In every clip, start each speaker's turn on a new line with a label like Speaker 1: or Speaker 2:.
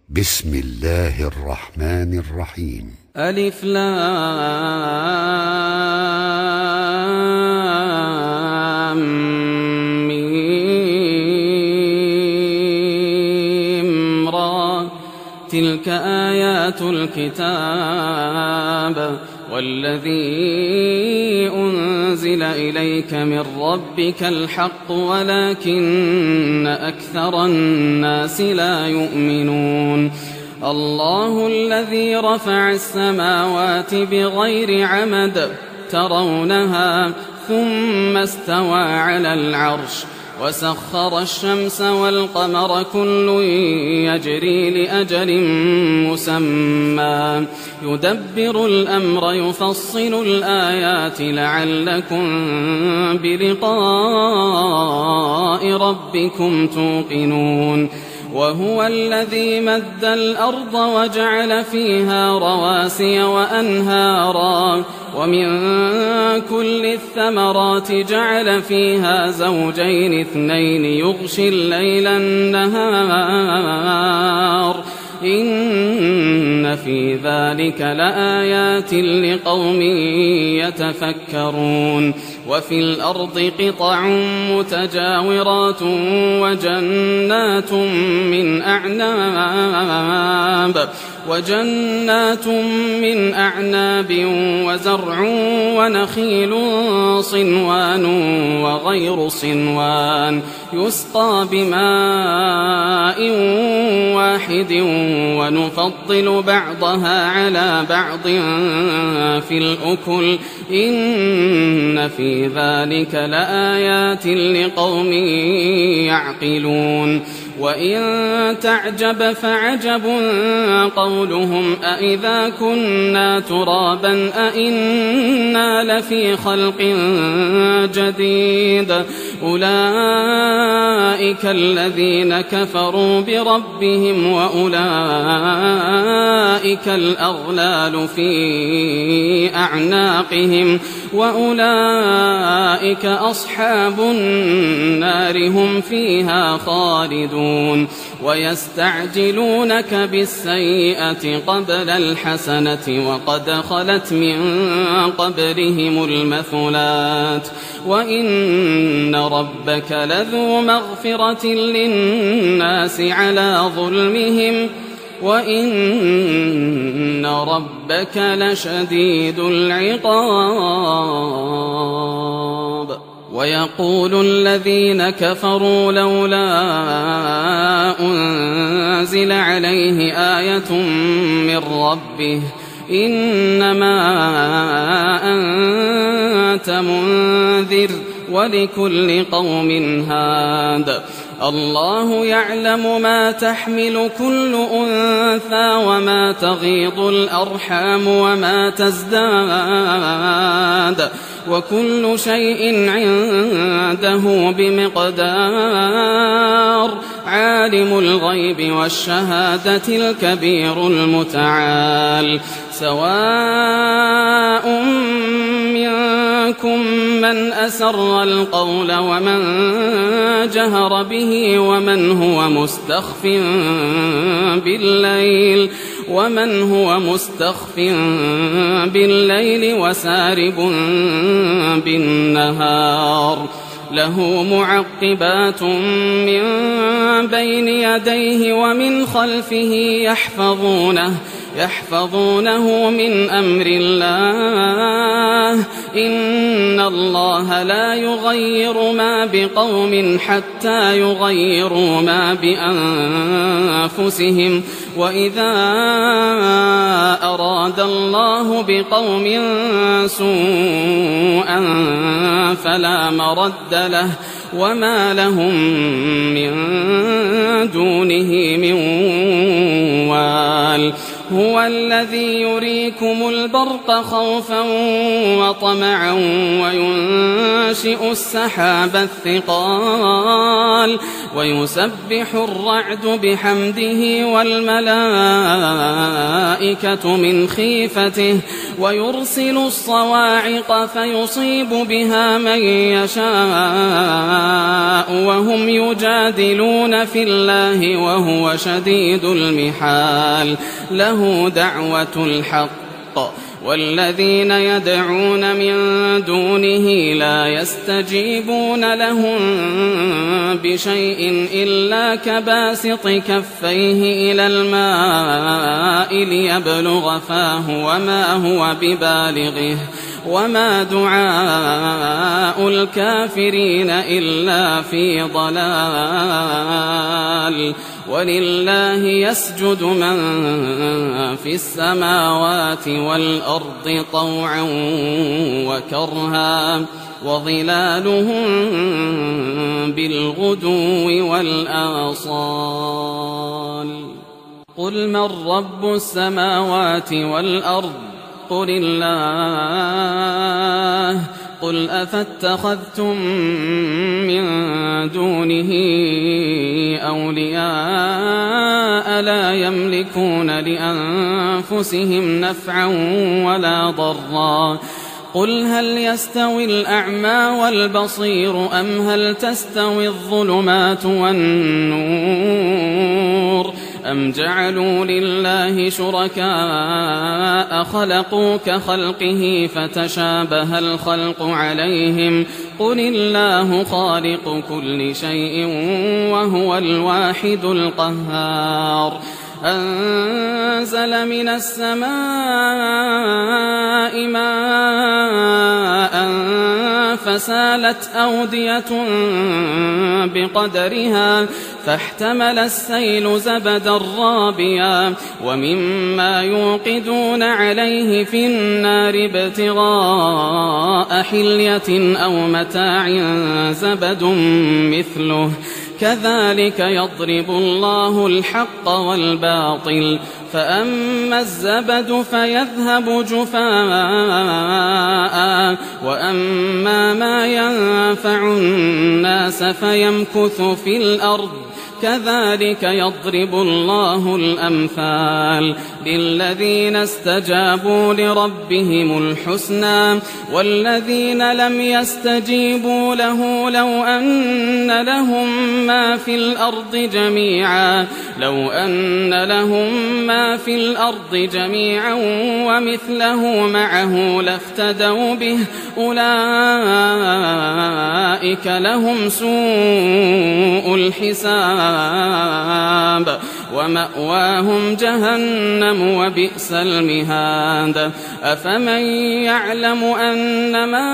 Speaker 1: بسم الله الرحمن الرحيم.
Speaker 2: ألف لام ميم را تلك آيات الكتاب والذي أنزل إليك من ربك الحق ولكن أكثر الناس لا يؤمنون. الله الذي رفع السماوات بغير عمد ترونها ثم استوى على العرش وسخر الشمس والقمر كل يجري لأجل مسمى يدبر الأمر يفصل الآيات لعلكم بلقاء ربكم توقنون. وهو الذي مد الأرض وجعل فيها رواسي وأنهارا ومن كل الثمرات جعل فيها زوجين اثنين يغشي الليل النهار إن في ذلك لآيات لقوم يتفكرون. وفي الأرض قطع متجاورات وجنات من أعناب وزرع ونخيل صنوان وغير صنوان يسقى بماء واحد ونفضل بعضها على بعض في الأكل إن في ذلك لآيات لقوم يعقلون. وإن تعجب فعجب قولهم أإذا كنا ترابا أإنا لفي خلق جديد أولئك الذين كفروا بربهم وأولئك الأغلال في أعناقهم وأولئك أصحاب النار هم فيها خالدون. ويستعجلونك بالسيئة قبل الحسنة وقد خلت من قبلهم المثلات وإن ربك لذو مغفرة للناس على ظلمهم وإن ربك لشديد العقاب. ويقول الذين كفروا لولا أنزل عليه آية من ربه إنما أنت منذر ولكل قوم هاد الله يعلم ما تحمل كل أنثى وما تغيض الأرحام وما تزداد وكل شيء عنده بمقدار. عالم الغيب والشهادة الكبير المتعال. سواء منكم من أسر القول ومن جهر به ومن هو مستخف بالليل وسارب بالنهار. له معقبات من بين يديه ومن خلفه يحفظونه من أمر الله إن الله لا يغير ما بقوم حتى يغيروا ما بأنفسهم وإذا أراد الله بقوم سوءا فلا مرد له وما لهم من دونه من وال. هو الذي يريكم البرق خوفا وطمعا وينشئ السحاب الثقال ويسبح الرعد بحمده والملائكة من خيفته ويرسل الصواعق فيصيب بها من يشاء وهم يجادلون في الله وهو شديد المحال له دعوة الحق والذين يدعون من دونه لا يستجيبون لهم بشيء إلا كباسط كفيه إلى الماء ليبلغ فاه وما هو ببالغه وما دعاء الكافرين إلا في ضلال ولله يسجد من في السماوات والأرض طوعا وكرها وظلالهم بالغدو والآصال قل من رب السماوات والأرض قل الله قل أفاتخذتم من دونه أولياء لا يملكون لأنفسهم نفعا ولا ضرا قل هل يستوي الأعمى والبصير أم هل تستوي الظلمات والنور أم جعلوا لله شركاء خلقوا كخلقه فتشابه الخلق عليهم قل الله خالق كل شيء وهو الواحد القهار أنزل من السماء ماء فسالت أودية بقدرها فاحتمل السيل زبدا رابيا ومما يوقدون عليه في النار ابتغاء حلية أو متاع زبد مثله كذلك يضرب الله الحق والباطل فأما الزبد فيذهب جفاء وأما ما ينفع الناس فيمكث في الأرض كذلك يضرب الله الأمثال للذين استجابوا لربهم الحسنى والذين لم يستجيبوا له لو أن لهم ما في الأرض جميعا ومثله معه لافتدوا به أولئك لهم سوء الحساب ومأواهم جهنم وبئس المهاد أفمن يعلم أنما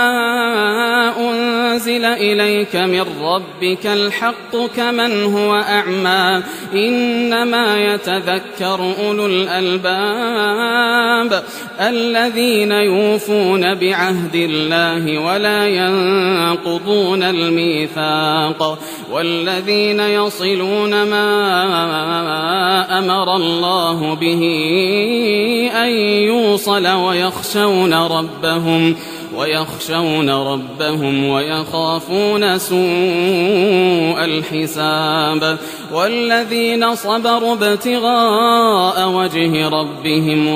Speaker 2: أنزل إليك من ربك الحق كمن هو أعمى إنما يتذكر أولو الألباب الذين يوفون بعهد الله ولا ينقضون الميثاق والذين يصلون ما أمر الله به أن يوصل ويخشون ربهم ويخافون سوء الحساب والذين صبروا ابتغاء وجه ربهم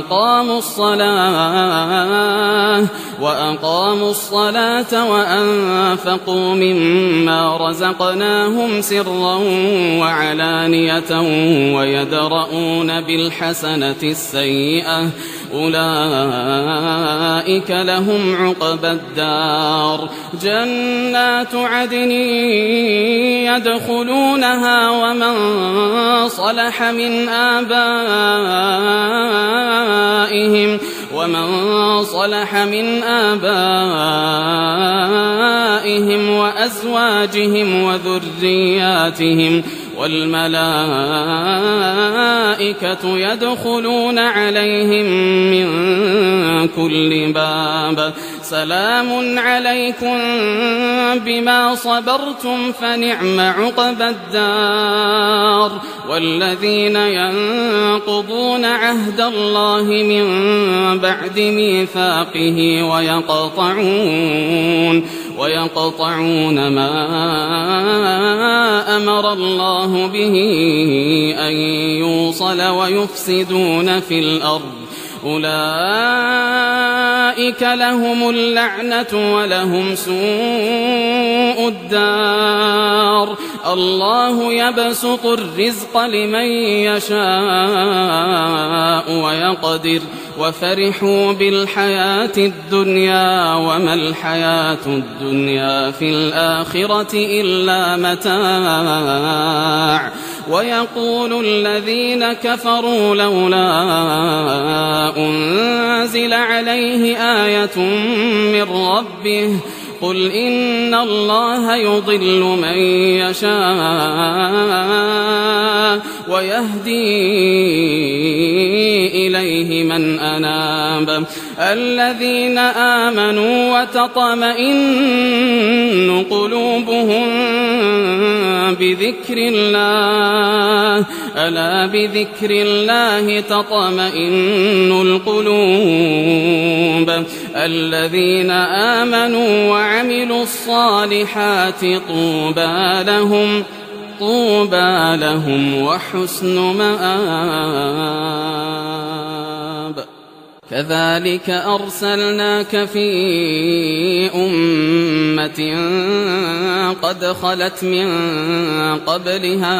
Speaker 2: وأقاموا الصلاة وأنفقوا مما رزقناهم سرا وعلانية ويدرؤون بالحسنة السيئة أولئك لهم عقبى الدار جنات عدن يدخلونها ومن صلح من آبائهم وأزواجهم وذرياتهم والملائكة يدخلون عليهم من كل باب سلام عليكم بما صبرتم فنعم عقبى الدار. والذين ينقضون عهد الله من بعد ميثاقه ويقطعون ما أمر الله به أن يوصل ويفسدون في الأرض أولئك لهم اللعنة ولهم سوء الدار. الله يبسط الرزق لمن يشاء ويقدر وفرحوا بالحياة الدنيا وما الحياة الدنيا في الآخرة إلا متاع. ويقول الذين كفروا لولا أنزل عليه آية من ربه قل إن الله يضل من يشاء ويهدي إليه من أناب. الذين آمنوا وتطمئن قلوبهم بذكر الله ألا بذكر الله تطمئن القلوب. الذين آمنوا وعملوا الصالحات طوبى لهم وحسن مآب. كذلك أرسلناك في أمة قد خلت من قبلها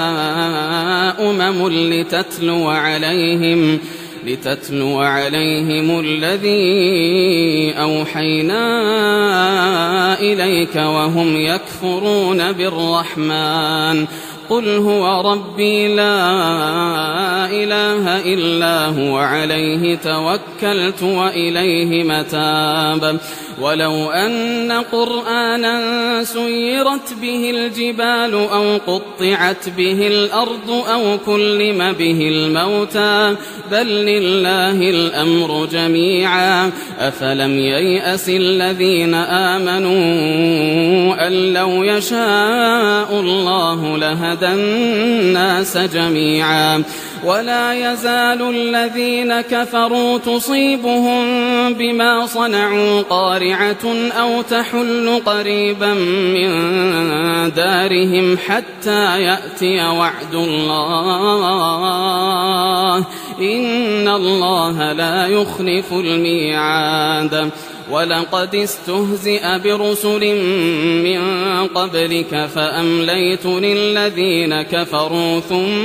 Speaker 2: لتتلو عليهم الذي أوحينا إليك وهم يكفرون بالرحمن قل هو ربي لا إله إلا هو عليه توكلت وإليه متاب. ولو أن قرآنا سيرت به الجبال أو قطعت به الأرض أو كلم به الموتى بل لله الأمر جميعا أفلم ييأس الذين آمنوا أن لو يشاء الله لهدى الناس جميعا. ولا يزال الذين كفروا تصيبهم بما صنعوا قارعة أو تحل قريبا من دارهم حتى يأتي وعد الله إن الله لا يخلف الميعاد. ولقد استهزئ برسل من قبلك فأمليت للذين كفروا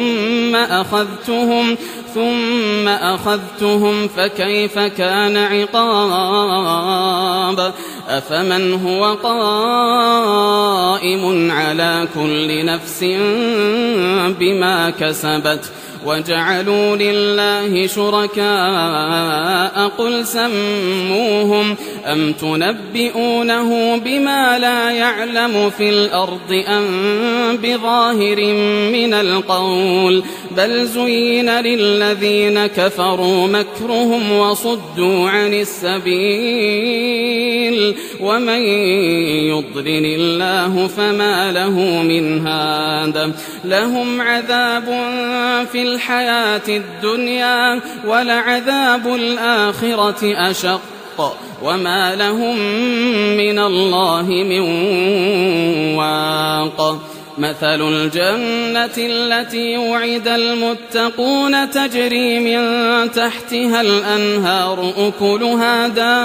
Speaker 2: ثم أخذتهم فكيف كان عقاب. أفمن هو قائم على كل نفس بما كسبت وجعلوا لله شركاء قل سموهم أم تنبئونه بما لا يعلم في الأرض أم بظاهر من القول بل زين للذين كفروا مكرهم وصدوا عن السبيل ومن يضلل الله فما له من هاد. لهم عذاب في الحياة الدنيا ولعذاب الآخرة أشق وما لهم من الله من واق. مثل الجنة التي وعد المتقون تجري من تحتها الأنهار أكلها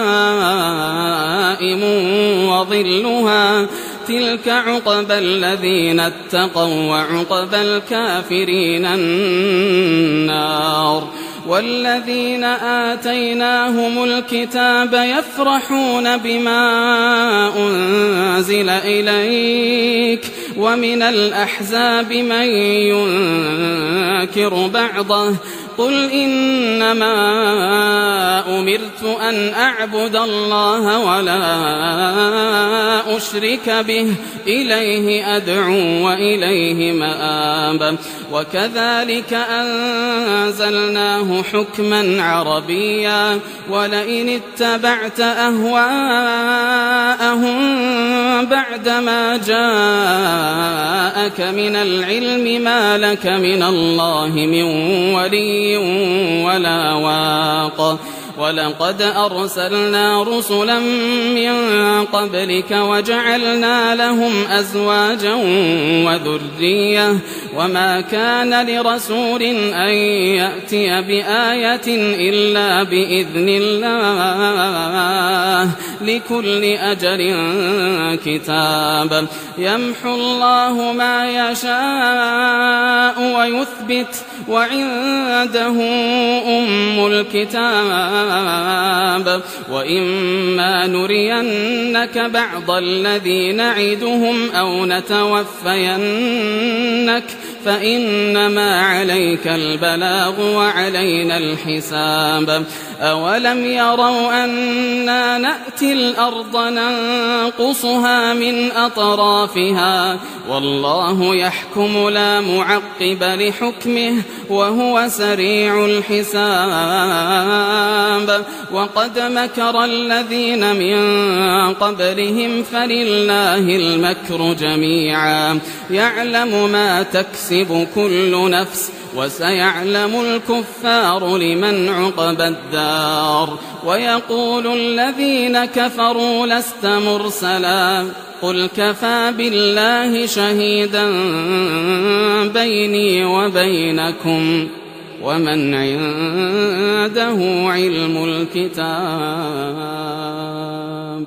Speaker 2: دائم وظلها تلك عقبى الذين اتقوا وعقبى الكافرين النار. والذين آتيناهم الكتاب يفرحون بما أنزل إليك ومن الأحزاب من ينكر بعضه قل إنما أمرت أن أعبد الله ولا أشرك به إليه أدعو وإليه مآب. وكذلك أنزلناه حكما عربيا ولئن اتبعت أهواءهم بعدما جاءك من العلم ما لك من الله من ولي ولا واق ولقد أرسلنا رسلا من قبلك وجعلنا لهم أزواجا وذرية وما كان لرسول أن يأتي بآية إلا بإذن الله لكل أجل كتاب يمحو الله ما يشاء ويثبت وعنده أم الكتاب وإما نرينك بعض الذي نعدهم أو نتوفينك فإنما عليك البلاغ وعلينا الحساب أولم يروا أنا نأتي الأرض ننقصها من أطرافها والله يحكم لا معقب لحكمه وهو سريع الحساب وقد مكر الذين من قبلهم فلله المكر جميعا يعلم ما تكسب كل نفس وسيعلم الكفار لمن عقبى الدار ويقول الذين كفروا لست مرسلا قل كفى بالله شهيدا بيني وبينكم ومن عنده علم الكتاب